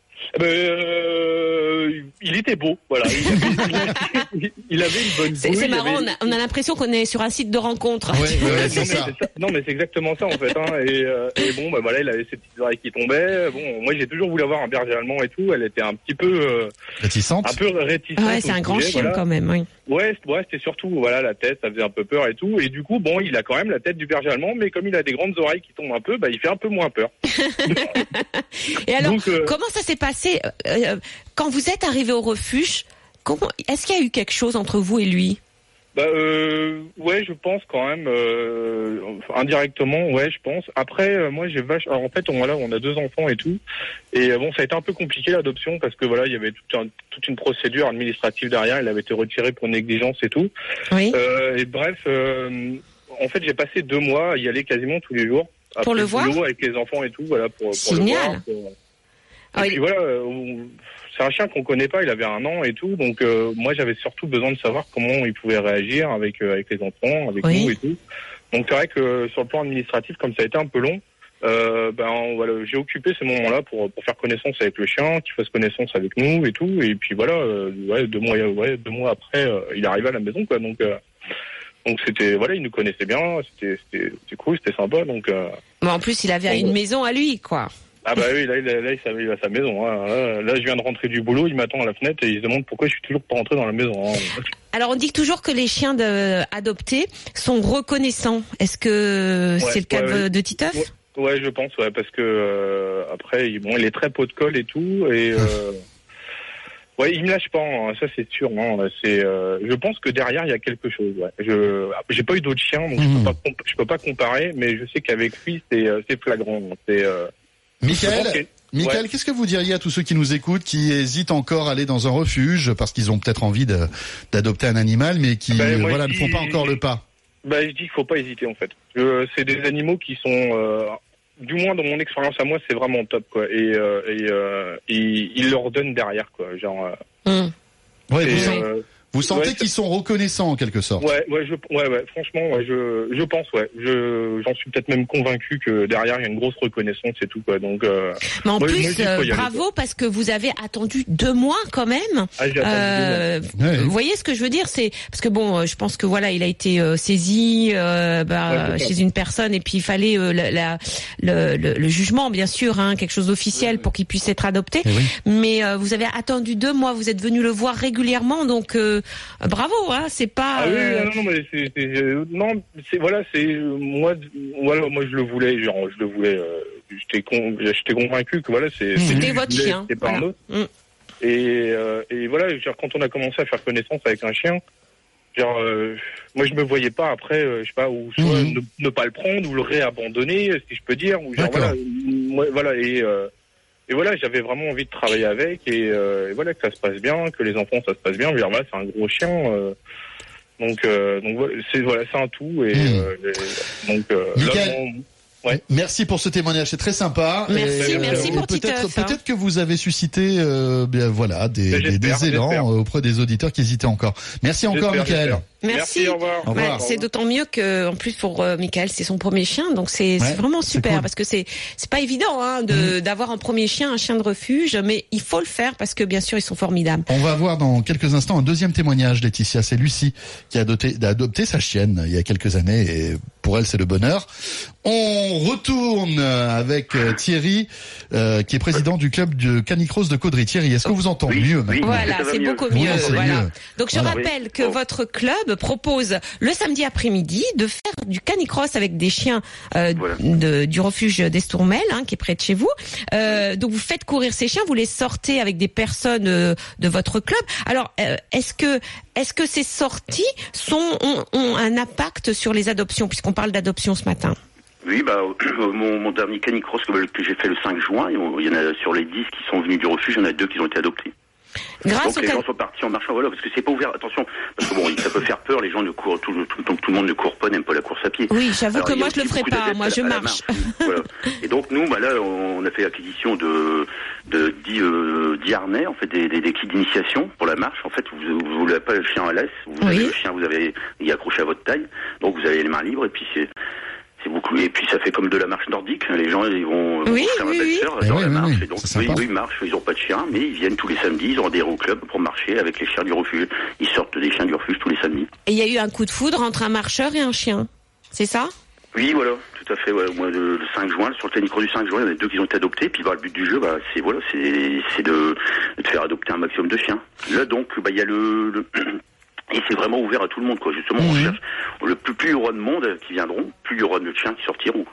Il était beau, voilà. Il avait une bonne bouille. C'est marrant, on a l'impression qu'on est sur un site de rencontre. Ouais, c'est ça. Non, mais c'est exactement ça en fait. Hein. Et bon, voilà, il avait ses petites oreilles qui tombaient. Bon, moi j'ai toujours voulu avoir un berger allemand et tout. Elle était un petit peu réticente. Un peu réticente. Ouais, c'est un grand chien quand même. Oui. Ouais, c'était surtout la tête, ça faisait un peu peur et tout. Et du coup, bon, il a quand même la tête du berger allemand, mais comme il a des grandes oreilles qui tombent un peu, il fait un peu moins peur. Et alors, comment ça s'est passé quand vous êtes arrivé au refuge? Est-ce qu'il y a eu quelque chose entre vous et lui? Ouais, je pense quand même indirectement, ouais, je pense. Après, moi, alors en fait, on a 2 enfants et tout, et bon, ça a été un peu compliqué l'adoption parce que il y avait toute une procédure administrative derrière. Il avait été retiré pour négligence et tout. Oui. Et bref, en fait, j'ai passé 2 mois à y aller quasiment tous les jours. Pour le voir, avec les enfants et tout, pour génial. Le voir. Et puis c'est un chien qu'on connaît pas, il avait 1 an et tout, donc moi j'avais surtout besoin de savoir comment il pouvait réagir avec les enfants, avec nous et tout. Donc c'est vrai que sur le plan administratif, comme ça a été un peu long, j'ai occupé ces moments-là pour faire connaissance avec le chien, qu'il fasse connaissance avec nous et tout, et puis 2 mois après, il arrivait à la maison, quoi. Donc c'était il nous connaissait bien, c'était cool, c'était sympa, donc. En plus, il avait une maison à lui, quoi. Ah bah oui, là il a sa maison. Hein. Là, je viens de rentrer du boulot, il m'attend à la fenêtre et il se demande pourquoi je suis toujours pas rentré dans la maison. Hein. Alors on dit toujours que les chiens adoptés sont reconnaissants. Est-ce que c'est le cas de Titeuf? Ouais, je pense, parce que après, il est très pot de colle et tout, et il me lâche pas, hein, ça c'est sûr. Hein, je pense que derrière il y a quelque chose. Ouais. J'ai pas eu d'autres chiens, donc je peux pas comparer, mais je sais qu'avec lui c'est flagrant. Mickaël, qu'est-ce que vous diriez à tous ceux qui nous écoutent, qui hésitent encore à aller dans un refuge parce qu'ils ont peut-être envie d'adopter un animal, mais qui ne font pas encore le pas? Je dis qu'il faut pas hésiter en fait. C'est des animaux qui sont, du moins dans mon expérience à moi, c'est vraiment top, quoi. Et ils leur donnent derrière, quoi. Genre. Vous sentez qu'ils sont reconnaissants en quelque sorte. Franchement, je pense, j'en suis peut-être même convaincu que derrière il y a une grosse reconnaissance et tout, quoi. Donc. Mais en plus, bravo, parce que vous avez attendu 2 mois quand même. Vous voyez ce que je veux dire, c'est parce que je pense que il a été saisi chez une personne et puis il fallait le jugement, bien sûr, quelque chose d'officiel pour qu'il puisse être adopté. Mais vous avez attendu 2 mois, vous êtes venu le voir régulièrement, donc. Bravo, c'est pas. Moi je le voulais, j'étais convaincu que c'était votre chien. C'était pas un autre. Et quand on a commencé à faire connaissance avec un chien, moi je me voyais pas après, ou soit ne pas le prendre ou le réabandonner, si je peux dire, ou j'avais vraiment envie de travailler avec et que ça se passe bien, que les enfants ça se passe bien. C'est un gros chien, donc c'est un tout et Mickaël, merci pour ce témoignage, c'est très sympa. Merci pour Titeuf. Peut-être que vous avez suscité des élans auprès des auditeurs qui hésitaient encore. Merci encore, Mickaël. Merci. Au revoir. C'est d'autant mieux que, en plus, pour Mickaël, c'est son premier chien, donc c'est vraiment super, cool. Parce que c'est pas évident d'avoir un premier chien, un chien de refuge, mais il faut le faire parce que bien sûr ils sont formidables. On va voir dans quelques instants un deuxième témoignage, Laetitia. C'est Lucie qui a adopté sa chienne il y a quelques années et pour elle c'est le bonheur. On retourne avec Thierry, qui est président du club de Canicross de Caudry. Thierry, est-ce que vous entendez mieux maintenant? Voilà, c'est beaucoup mieux. Voilà. Donc je rappelle que votre club club propose le samedi après-midi de faire du canicross avec des chiens du refuge d'Estourmel, qui est près de chez vous. Donc vous faites courir ces chiens, vous les sortez avec des personnes de votre club. Alors est-ce que ces sorties ont un impact sur les adoptions, puisqu'on parle d'adoption ce matin? Oui, mon dernier canicross que j'ai fait le 5 juin, il y en a sur les 10 qui sont venus du refuge, il y en a 2 qui ont été adoptés. Donc les gens sont partis en marchant, parce que c'est pas ouvert, attention, parce que ça peut faire peur, les gens ne courent, tout le monde ne court pas, n'aime pas la course à pied. Oui, j'avoue que moi je le ferai pas, moi je marche. Voilà. Et donc nous, là, on a fait l'acquisition de 10 harnais, en fait, des kits d'initiation pour la marche. En fait, vous n'avez pas le chien à laisse, vous avez le chien, il est accroché à votre taille, donc vous avez les mains libres, et puis c'est beaucoup, et puis ça fait comme de la marche nordique. Les gens, ils vont faire ma belle-sœur dans la marche. Et donc, ils marchent, ils n'ont pas de chien, mais ils viennent tous les samedis, ils ont adhéré au club pour marcher avec les chiens du refuge. Ils sortent des chiens du refuge tous les samedis. Et il y a eu un coup de foudre entre un marcheur et un chien, c'est ça? Oui, voilà, tout à fait. Ouais. Moi, le 5 juin, sur le canicross du 5 juin, il y en a 2 qui ont été adoptés. Puis, le but du jeu, c'est de faire adopter un maximum de chiens. Là, donc, il y a et c'est vraiment ouvert à tout le monde, quoi. Justement, on cherche plus il y aura de monde qui viendront, plus il y aura de chiens qui sortiront.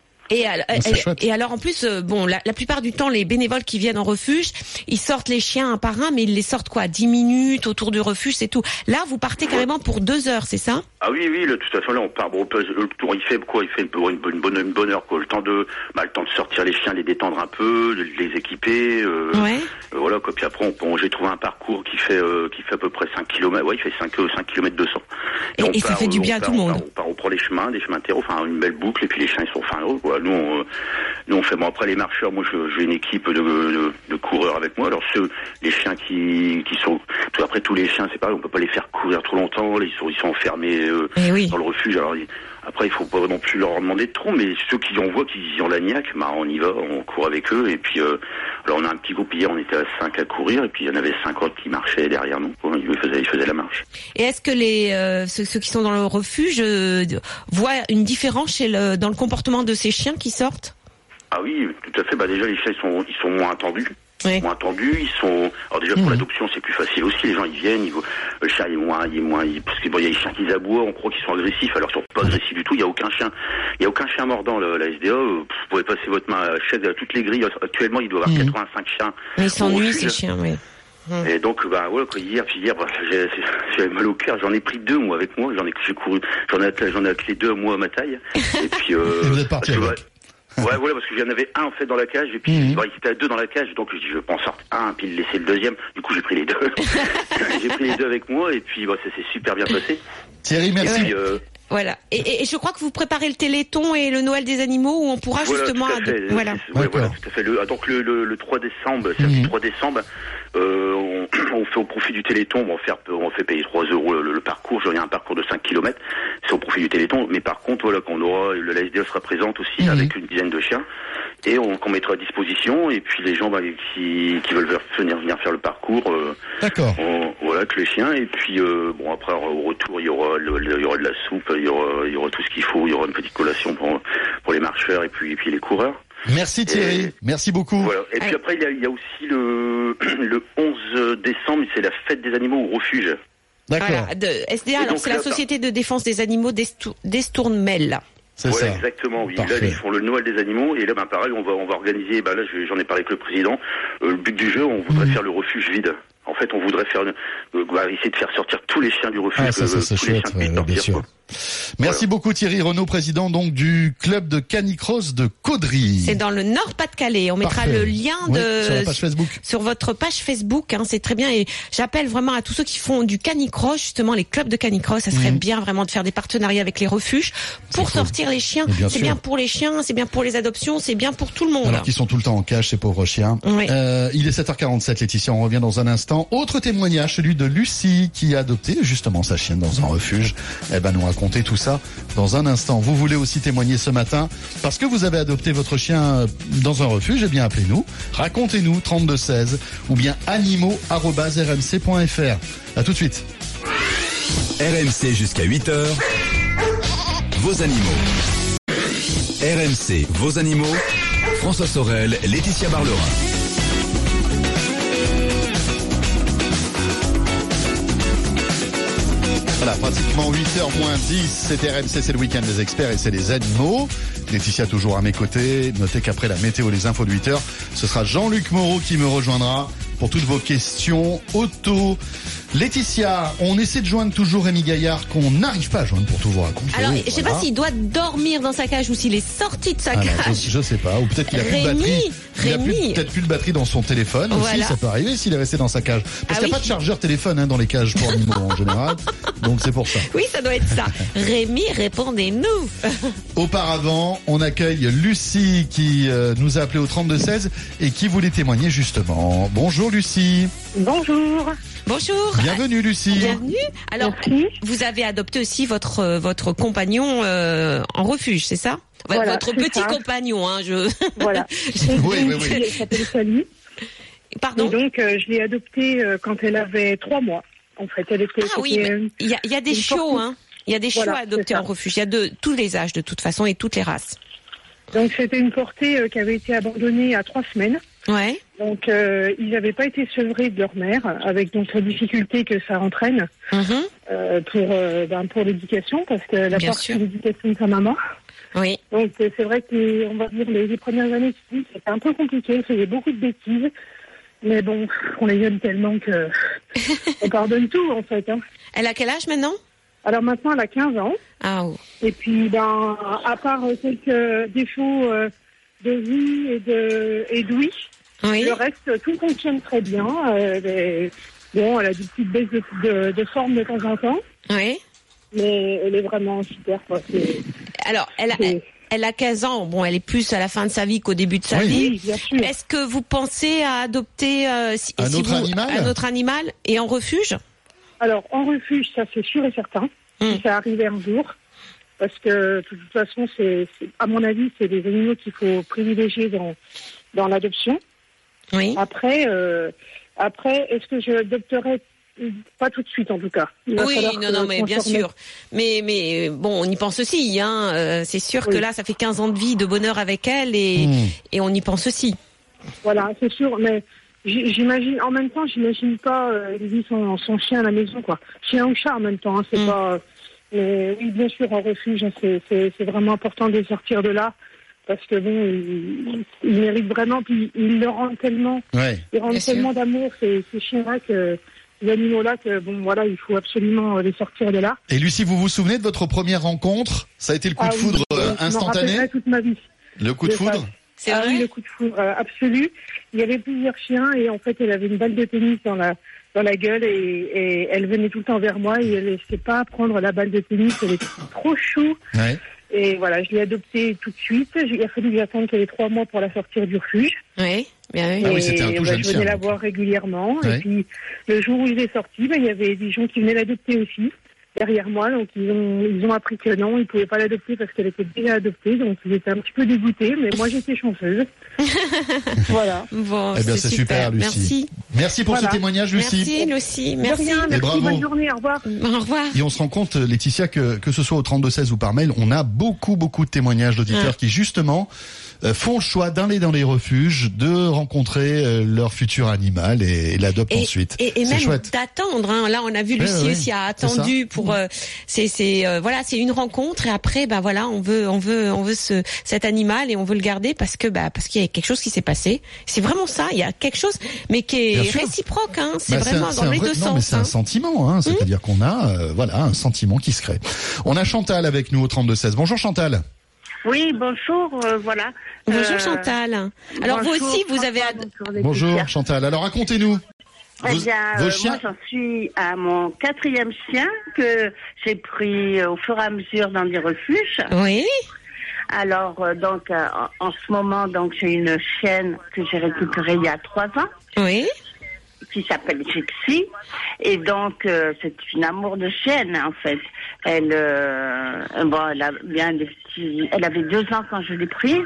Et alors en plus, la plupart du temps, les bénévoles qui viennent en refuge, ils sortent les chiens un par un, mais ils les sortent 10 minutes autour du refuge, c'est tout. Là, vous partez carrément pour 2 heures, c'est ça? Ah oui, là, tout à fait. Là, on part. Le tour, il fait quoi? Il fait une bonne heure, quoi. Le temps de sortir les chiens, les détendre un peu, de les équiper. Voilà, quoi. Puis après, j'ai trouvé un parcours qui fait à peu près 5 km. Ouais, il fait 5 km 200. Et ça fait du bien à tout le monde. On prend des chemins terreaux, une belle boucle, et puis les chiens, ils sont quoi. Nous, on fait, après les marcheurs, moi, j'ai une équipe de coureurs avec moi. Alors les chiens qui sont, après tous les chiens, c'est pareil, on peut pas les faire courir trop longtemps, ils sont enfermés dans le refuge. Alors après, il faut pas non plus leur demander de trop, mais ceux qui on voit qui ont la niaque, on y va, on court avec eux, et puis alors on a un petit groupe hier, on était à 5 à courir, et puis il y en avait 50 qui marchaient derrière nous, quoi. Ils faisaient la marche. Et est-ce que ceux qui sont dans le refuge voient une différence dans le comportement de ces chiens qui sortent? Ah oui, tout à fait. Déjà les chiens ils sont moins attendus. Moins attendus, alors déjà pour l'adoption c'est plus facile aussi, les gens ils viennent, le chien il est moins, parce que il y a des chiens qui aboient, on croit qu'ils sont agressifs, alors ils sont pas agressifs du tout, il y a aucun chien mordant, la SDA, vous pouvez passer votre main à toutes les grilles, actuellement il doit y avoir 85 chiens. Mais ils s'ennuient ces chiens, oui. Et donc hier j'avais mal au cœur, j'en ai pris 2 moi avec moi, j'ai couru, j'en ai attelé 2 moi à ma taille, et puis vous êtes parti parce que j'en avais un en fait dans la cage, et puis il était à 2 dans la cage, donc je dis je vais pas en sortir un, puis laisser le deuxième, du coup j'ai pris les 2. J'ai pris les 2 avec moi, et puis ça s'est super bien passé. Thierry, merci. Puis, voilà. Et je crois que vous préparez le Téléthon et le Noël des animaux, où on pourra justement... Voilà, tout à fait. Donc le 3 décembre, samedi 3 décembre, on fait au profit du Téléthon, on fait payer 3 € le parcours. Il y a un parcours de 5 km, c'est au profit du Téléthon. Mais par contre, qu'on aura, la SDA sera présente aussi avec une dizaine de chiens, et qu'on mettra à disposition. Et puis les gens qui veulent venir faire le parcours, avec les chiens. Et puis après au retour, il y aura de la soupe, il y aura tout ce qu'il faut. Il y aura une petite collation pour les marcheurs et puis les coureurs. Merci Thierry, merci beaucoup. Voilà. Et puis après, il y a aussi le 11 décembre, c'est la fête des animaux au refuge. D'accord. Voilà, de SDA, alors c'est la Société de défense des animaux d'Estourmel. C'est ça. Exactement, oui. Parfait. Là, ils font le Noël des animaux, et là, pareil, on va organiser, là, j'en ai parlé avec le président, le but du jeu, on voudrait faire le refuge vide. En fait, on voudrait essayer de faire sortir tous les chiens du refuge. Ça c'est chouette, bien sûr. Merci beaucoup Thierry Renaud, président donc du club de canicross de Caudry. C'est dans le Nord-Pas-de-Calais. On mettra le lien sur la page Facebook. Sur votre page Facebook, c'est très bien. Et j'appelle vraiment à tous ceux qui font du canicross, justement les clubs de canicross, ça serait bien vraiment de faire des partenariats avec les refuges pour sortir les chiens. C'est bien pour les chiens, c'est bien pour les adoptions, c'est bien pour tout le monde. Alors qu'ils sont tout le temps en cage, ces pauvres chiens. Oui. Il est 7h47, Laetitia, on revient dans un instant. Autre témoignage, celui de Lucie qui a adopté justement sa chienne dans un refuge. Nous raconter tout ça dans un instant. Vous voulez aussi témoigner ce matin parce que vous avez adopté votre chien dans un refuge? Bien appelez-nous, racontez-nous 3216 ou bien animaux@rmc.fr. À tout de suite. RMC jusqu'à 8h. Vos animaux. RMC, vos animaux. François Sorel, Laetitia Barlerin. Voilà, pratiquement 8h moins 10, c'est RMC, c'est le week-end des experts et c'est les animaux. Laetitia toujours à mes côtés. Notez qu'après la météo, les infos de 8h, ce sera Jean-Luc Moreau qui me rejoindra pour toutes vos questions auto. Laetitia, on essaie de joindre toujours Rémi Gaillard qu'on n'arrive pas à joindre pour tout vous raconter. Alors, je sais pas s'il doit dormir dans sa cage ou s'il est sorti de sa cage. Je sais pas, ou peut-être qu'il a plus de batterie. Il a peut-être plus de batterie dans son téléphone aussi, ça peut arriver s'il est resté dans sa cage. Parce qu'il n'y a pas de chargeur téléphone dans les cages pour animaux en général, donc c'est pour ça. Oui, ça doit être ça. Rémi, répondez-nous. Auparavant, on accueille Lucie qui nous a appelé au 3216 et qui voulait témoigner justement. Bonjour Lucie. Bonjour. Bonjour. Bienvenue Lucie. Bienvenue. Alors, vous avez adopté aussi votre compagnon en refuge, c'est ça? Voilà, votre petit compagnon, hein, Voilà. Oui. Elle s'appelle Sally. Pardon. Et donc, je l'ai adoptée quand elle avait 3 mois. En fait, elle était. Ah oui, mais il y a des chiots, hein. Il y a des chiots à adopter en refuge. Il y a de tous les âges de toute façon et toutes les races. Donc, c'était une portée qui avait été abandonnée à 3 semaines. Ouais. Donc, ils n'avaient pas été sevrés de leur mère, avec donc la difficulté que ça entraîne pour l'éducation, parce qu'elle apporte l'éducation de sa maman. Oui. Donc, c'est vrai que, on va dire, les premières années, c'était un peu compliqué, elle faisait beaucoup de bêtises. Mais bon, on les aime tellement que on pardonne tout, en fait. Hein. Elle a quel âge maintenant? Alors maintenant, elle a 15 ans. Ah oui. Et puis, à part quelques défauts de vue et d'ouïe, le reste, tout fonctionne très bien. Elle a des petites baisses de forme de temps en temps. Oui. Mais elle est vraiment super, quoi. Alors, elle a 15 ans. Bon, elle est plus à la fin de sa vie qu'au début de sa vie. Oui, bien sûr. Est-ce que vous pensez à adopter un autre animal et en refuge? Alors, en refuge, ça c'est sûr et certain. Si ça arrivait un jour. Parce que, de toute façon, à mon avis, c'est des animaux qu'il faut privilégier dans l'adoption. Oui. Après, est-ce que je adopterais? Pas tout de suite, en tout cas. Oui, non, mais bien sûr. Mais bon, on y pense aussi, hein. C'est sûr que là, ça fait 15 ans de vie, de bonheur avec elle, et on y pense aussi. Voilà, c'est sûr, mais j'imagine, en même temps, j'imagine pas lui son chien à la maison, quoi. Chien ou chat en même temps, hein, c'est pas. Mais oui, bien sûr, en refuge, c'est vraiment important de sortir de là. Parce que bon, ils méritent vraiment, puis ils le rendent tellement, ils rendent tellement d'amour, ces chiens-là, ces animaux-là, que bon, voilà, il faut absolument les sortir de là. Et Lucie, vous vous souvenez de votre première rencontre? Ça a été le coup de foudre instantané? Je m'en rappellerai toute ma vie. Le coup de foudre? C'est vrai? Oui, le coup de foudre absolu. Il y avait plusieurs chiens et en fait, elle avait une balle de tennis dans la gueule et elle venait tout le temps vers moi et elle ne laissait pas prendre la balle de tennis, elle était trop chou. Ouais. Et voilà, je l'ai adoptée tout de suite. Il a fallu que j'attende qu'elle ait 3 mois pour la sortir du refuge. Oui, bien oui. Ah oui, c'était un tout jeune chien. Je venais la voir régulièrement. Ouais. Et puis, le jour où il est sorti, il y avait des gens qui venaient l'adopter aussi, derrière moi. Donc, ils ont appris que non, ils ne pouvaient pas l'adopter parce qu'elle était déjà adoptée. Donc, ils étaient un petit peu dégoûtés. Mais moi, j'étais chanceuse. Voilà. Bon, eh bien, c'est super, Lucie. Merci pour ce témoignage, Lucie. Merci, Lucie. Merci. De rien, merci, bonne journée. Au revoir. Au revoir. Et on se rend compte, Laetitia, que ce soit au 3216 ou par mail, on a beaucoup de témoignages d'auditeurs qui, justement, font le choix d'aller dans les refuges, de rencontrer leur futur animal et l'adoptent ensuite. Et même chouette. D'attendre. Hein. Là, on a vu Lucie aussi a attendu pour. Voilà, c'est une rencontre et après, on veut cet animal et on veut le garder parce qu'il y a quelque chose qui s'est passé. C'est vraiment ça. Il y a quelque chose, mais qui est réciproque. Hein. C'est vraiment dans les deux sens. Non, mais c'est un sentiment. Hein. C'est-à-dire qu'on a, un sentiment qui se crée. On a Chantal avec nous au 3216. Bonjour Chantal. Oui, bonjour, voilà. Bonjour Chantal. Alors vous aussi, vous avez... Bonjour Chantal. Alors racontez-nous. Vos chiens. Moi, j'en suis à mon 4e chien que j'ai pris au fur et à mesure dans des refuges. Oui. Alors, en ce moment, j'ai une chienne que j'ai récupérée il y a 3 ans. Oui. Qui s'appelle Gypsy. Et donc, c'est une amour de chienne, en fait. Elle a bien des petits... Elle avait 2 ans quand je l'ai prise.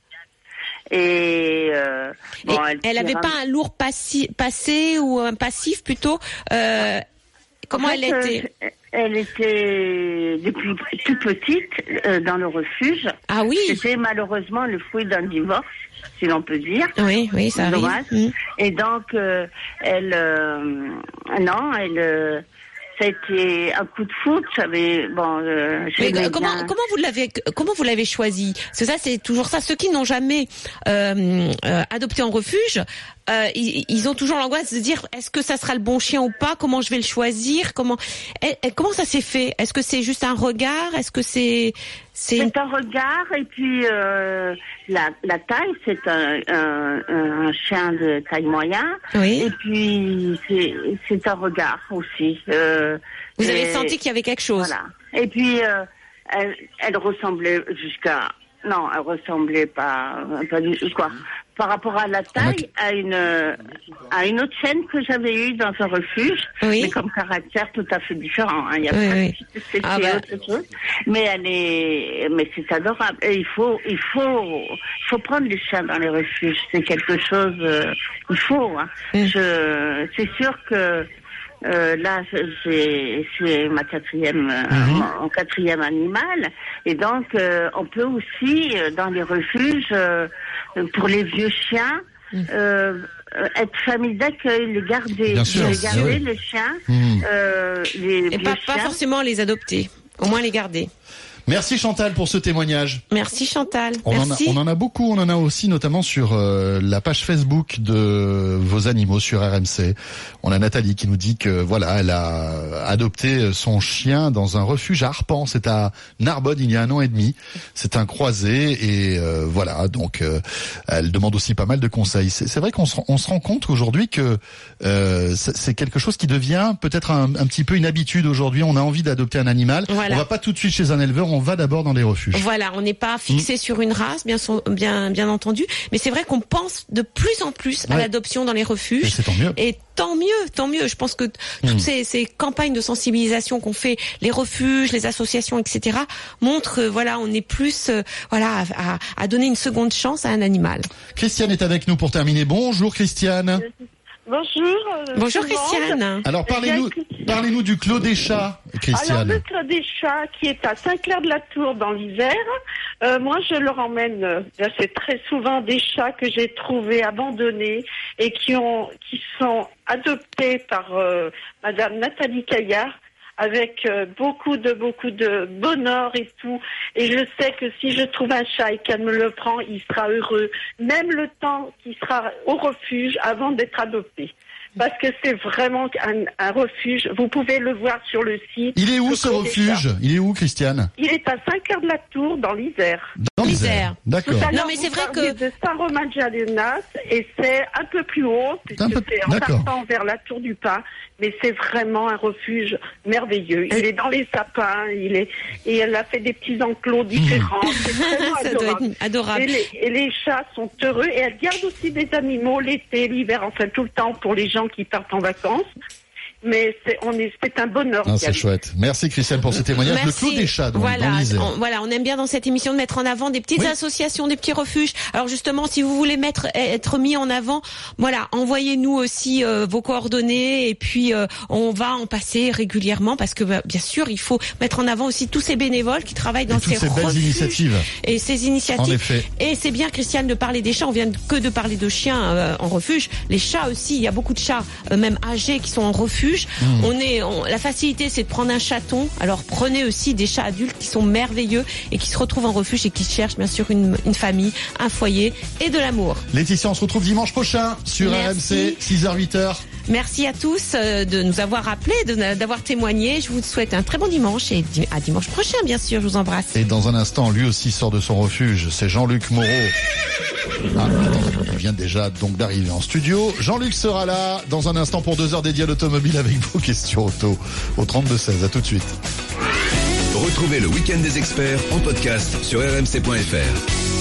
Et elle avait pas un lourd passé ou un passif plutôt comment elle était? Elle était depuis toute petite dans le refuge. Ah oui. C'était malheureusement le fruit d'un divorce, si l'on peut dire. Oui, ça arrive. Et donc elle ça a été un coup de foot. J'avais mais comment vous l'avez choisi? Parce que ça, c'est toujours ça. Ceux qui n'ont jamais adopté en refuge, ils ont toujours l'angoisse de dire est-ce que ça sera le bon chien ou pas? Comment je vais le choisir? Comment ça s'est fait? Est-ce que c'est juste un regard? Est-ce que c'est un regard, et puis la taille, c'est un chien de taille moyenne. Oui. Et puis c'est un regard aussi. Vous avez senti qu'il y avait quelque chose. Voilà. Et puis elle ressemblait non, elle ressemblait pas du tout, quoi. Par rapport à la taille, à une autre chienne que j'avais eue dans un refuge, mais comme caractère tout à fait différent. Il y a autre chose. Mais c'est adorable. Et il faut prendre les chiens dans les refuges. C'est quelque chose, il faut. Hein. C'est sûr que là, c'est ma mon quatrième animal, et donc on peut aussi dans les refuges pour les vieux chiens être famille d'accueil, les garder, les chiens, et pas forcément les adopter, au moins les garder. Merci Chantal pour ce témoignage. Merci Chantal. On en a beaucoup, on en a aussi notamment sur la page Facebook de vos animaux sur RMC. On a Nathalie qui nous dit que voilà, elle a adopté son chien dans un refuge à Arpan, c'est à Narbonne il y a 1 an et demi. C'est un croisé et voilà, donc elle demande aussi pas mal de conseils. C'est vrai qu'on se rend compte aujourd'hui que c'est quelque chose qui devient peut-être un petit peu une habitude aujourd'hui. On a envie d'adopter un animal. Voilà. On va pas tout de suite chez un éleveur, on va d'abord dans les refuges. Voilà, on n'est pas fixé sur une race, bien entendu, mais c'est vrai qu'on pense de plus en plus à l'adoption dans les refuges. Et c'est tant mieux. Et tant mieux. Je pense que toutes ces campagnes de sensibilisation qu'on fait, les refuges, les associations, etc., montrent on est plus à donner une seconde chance à un animal. Christiane est avec nous pour terminer. Bonjour Christiane. Bonjour. Bonjour Christiane. Alors parlez-nous du Clos des Chats, Christiane. Alors le Clos des Chats qui est à Saint-Clair-de-la-Tour dans l'Isère. Moi je leur emmène, c'est très souvent des chats que j'ai trouvés abandonnés et qui sont adoptés par Madame Nathalie Caillard, avec beaucoup de bonheur et tout. Et je sais que si je trouve un chat et qu'elle me le prend, il sera heureux, même le temps qu'il sera au refuge avant d'être adopté. Parce que c'est vraiment un refuge. Vous pouvez le voir sur le site. Il est où ce refuge? Il est où, Christiane? Il est à Saint-Clair-de-la-Tour, dans l'Isère. Dans l'Isère. D'accord. Non, mais c'est vrai que de Saint-Romain-de-Jaleunas, et c'est un peu plus haut, puisque c'est en partant vers la Tour du Pin. Mais c'est vraiment un refuge merveilleux. Il est dans les sapins, et elle a fait des petits enclos différents. C'est vraiment ça doit être adorable. Et les chats sont heureux, et elle garde aussi des animaux l'été, l'hiver, enfin tout le temps pour les gens qui partent en vacances. Mais c'est un bonheur. C'est chouette. Merci Christiane pour ce témoignage. Merci. Le Clos des Chats, dans l'Isère. On aime bien dans cette émission de mettre en avant des petites associations, des petits refuges. Alors justement, si vous voulez être mis en avant, envoyez-nous aussi vos coordonnées, et puis on va en passer régulièrement, parce que bien sûr, il faut mettre en avant aussi tous ces bénévoles qui travaillent dans ces refuges. Belles initiatives. Et ces initiatives. En effet. Et c'est bien, Christiane, de parler des chats. On vient que de parler de chiens en refuge. Les chats aussi, il y a beaucoup de chats, même âgés, qui sont en refuge. La facilité, c'est de prendre un chaton. Alors prenez aussi des chats adultes qui sont merveilleux et qui se retrouvent en refuge et qui cherchent bien sûr une famille, un foyer et de l'amour. Laetitia, on se retrouve dimanche prochain sur RMC, 6h-8h. Merci à tous de nous avoir appelés, d'avoir témoigné. Je vous souhaite un très bon dimanche et à dimanche prochain, bien sûr. Je vous embrasse. Et dans un instant, lui aussi sort de son refuge. C'est Jean-Luc Moreau. Il vient déjà donc d'arriver en studio. Jean-Luc sera là dans un instant pour 2 heures dédiées à l'automobile avec vos questions auto au 32-16. À tout de suite. Retrouvez le Week-end des experts en podcast sur rmc.fr.